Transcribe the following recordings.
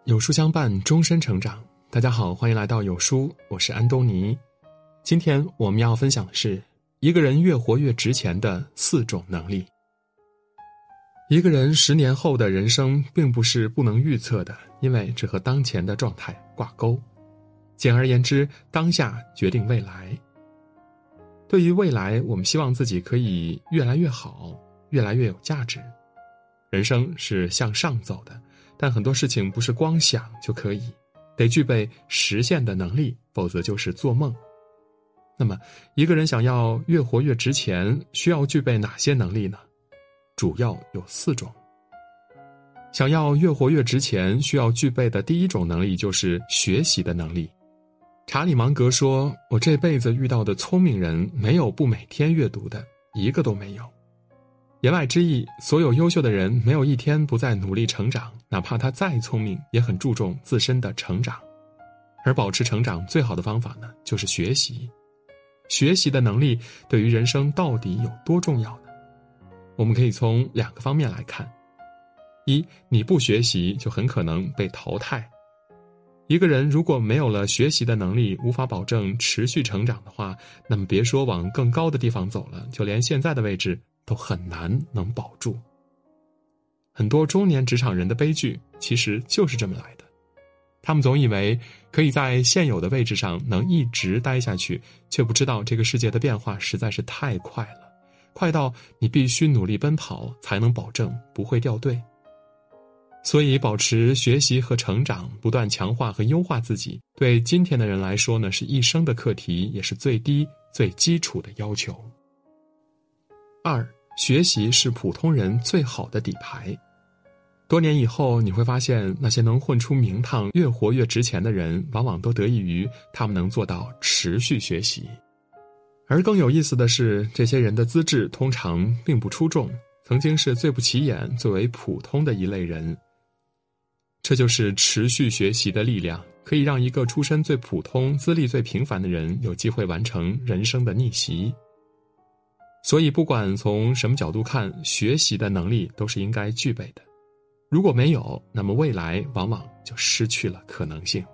有书相伴，终身成长。大家好，欢迎来到有书，我是安东尼。今天我们要分享的是一个人越活越值钱的4种能力。一个人10年后的人生并不是不能预测的，因为这和当前的状态挂钩。简而言之，当下决定未来。对于未来，我们希望自己可以越来越好，越来越有价值。人生是向上走的，但很多事情不是光想就可以，得具备实现的能力，否则就是做梦。那么，一个人想要越活越值钱，需要具备哪些能力呢？主要有4种。想要越活越值钱，需要具备的第一种能力就是学习的能力。查理芒格说，我这辈子遇到的聪明人，没有不每天阅读的，一个都没有。言外之意，所有优秀的人没有一天不在努力成长，哪怕他再聪明，也很注重自身的成长。而保持成长最好的方法呢，就是学习。学习的能力对于人生到底有多重要呢？我们可以从2个方面来看。一，你不学习就很可能被淘汰。一个人如果没有了学习的能力，无法保证持续成长的话，那么别说往更高的地方走了，就连现在的位置都很难能保住。很多中年职场人的悲剧其实就是这么来的。他们总以为可以在现有的位置上能一直待下去，却不知道这个世界的变化实在是太快了，快到你必须努力奔跑才能保证不会掉队。所以保持学习和成长，不断强化和优化自己，对今天的人来说呢，是一生的课题，也是最低最基础的要求。2，学习是普通人最好的底牌。多年以后，你会发现那些能混出名堂、越活越值钱的人，往往都得益于他们能做到持续学习。而更有意思的是，这些人的资质通常并不出众，曾经是最不起眼、最为普通的一类人。这就是持续学习的力量，可以让一个出身最普通、资历最平凡的人有机会完成人生的逆袭。所以不管从什么角度看，学习的能力都是应该具备的。如果没有，那么未来往往就失去了可能性。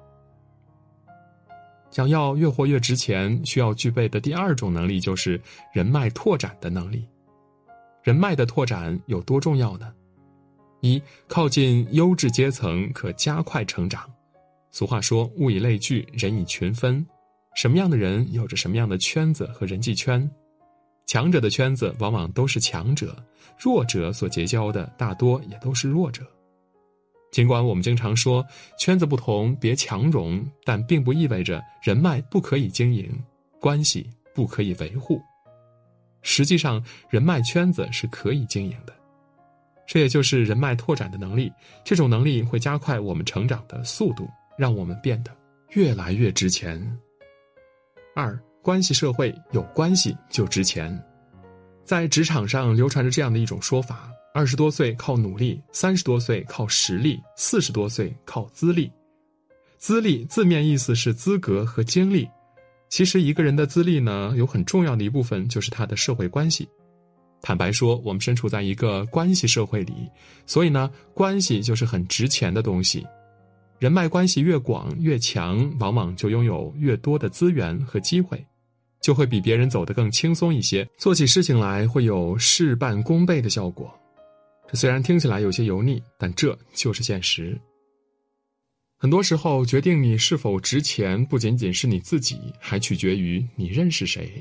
想要越活越值钱，需要具备的第2种能力就是人脉拓展的能力。人脉的拓展有多重要呢？一，靠近优质阶层可加快成长。俗话说，物以类聚，人以群分。什么样的人有着什么样的圈子和人际圈。强者的圈子往往都是强者，弱者所结交的大多也都是弱者。尽管我们经常说圈子不同别强融，但并不意味着人脉不可以经营，关系不可以维护。实际上，人脉圈子是可以经营的。这也就是人脉拓展的能力，这种能力会加快我们成长的速度，让我们变得越来越值钱。2，关系社会，有关系就值钱。在职场上流传着这样的一种说法，20多岁靠努力，30多岁靠实力，40多岁靠资历。资历字面意思是资格和经历，其实一个人的资历呢，有很重要的一部分就是他的社会关系。坦白说，我们身处在一个关系社会里，所以呢，关系就是很值钱的东西。人脉关系越广越强，往往就拥有越多的资源和机会，就会比别人走得更轻松一些，做起事情来会有事半功倍的效果。这虽然听起来有些油腻，但这就是现实。很多时候，决定你是否值钱，不仅仅是你自己，还取决于你认识谁。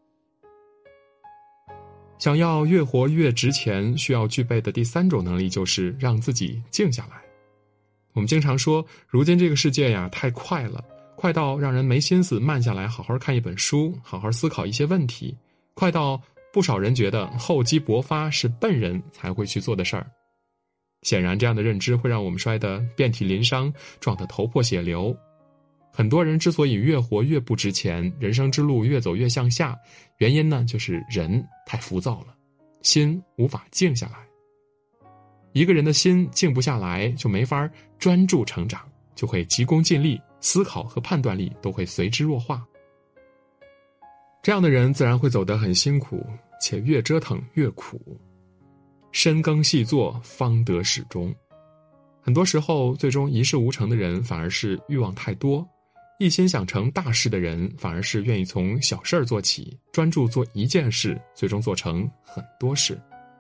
想要越活越值钱，需要具备的第3种能力就是让自己静下来。我们经常说，如今这个世界呀，太快了，快到让人没心思慢下来好好看一本书，好好思考一些问题，快到不少人觉得厚积薄发是笨人才会去做的事儿。显然，这样的认知会让我们摔得遍体鳞伤，撞得头破血流。很多人之所以越活越不值钱，人生之路越走越向下，原因呢，就是人太浮躁了，心无法静下来。一个人的心静不下来，就没法专注成长，就会急功近利，思考和判断力都会随之弱化。这样的人自然会走得很辛苦，且越折腾越苦。深耕细作，方得始终。 很多时候，最终一事无成的人反而是欲望太多，一心想成大事的人反而是愿意从小事儿做起，专注做一件事，最终做成很多事。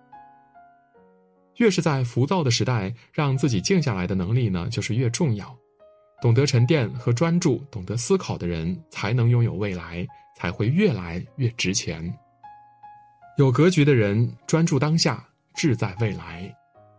越是在浮躁的时代，让自己静下来的能力呢，就是越重要。懂得沉淀和专注，懂得思考的人，才能拥有未来，才会越来越值钱。有格局的人，专注当下，志在未来。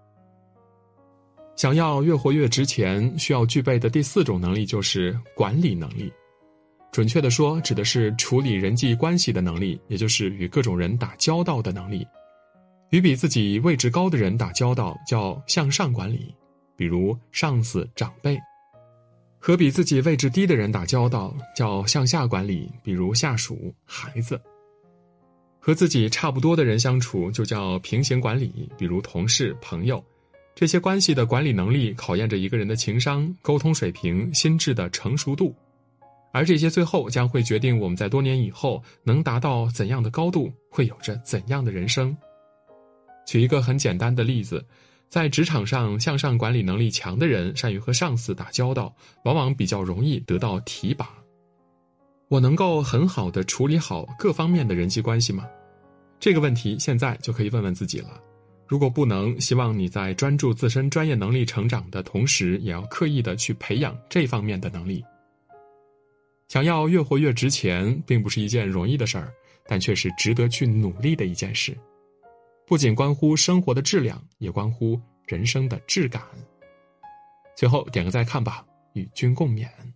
想要越活越值钱，需要具备的第4种能力就是管理能力。准确地说，指的是处理人际关系的能力，也就是与各种人打交道的能力。与比自己位置高的人打交道叫向上管理，比如上司、长辈；和比自己位置低的人打交道叫向下管理，比如下属、孩子；和自己差不多的人相处就叫平行管理，比如同事、朋友。这些关系的管理能力考验着一个人的情商、沟通水平、心智的成熟度，而这些最后将会决定我们在多年以后能达到怎样的高度，会有着怎样的人生。举一个很简单的例子，在职场上，向上管理能力强的人善于和上司打交道，往往比较容易得到提拔。我能够很好地处理好各方面的人际关系吗？这个问题现在就可以问问自己了。如果不能，希望你在专注自身专业能力成长的同时，也要刻意地去培养这方面的能力。想要越活越值钱，并不是一件容易的事儿，但却是值得去努力的一件事。不仅关乎生活的质量，也关乎人生的质感。最后点个再看吧，与君共勉。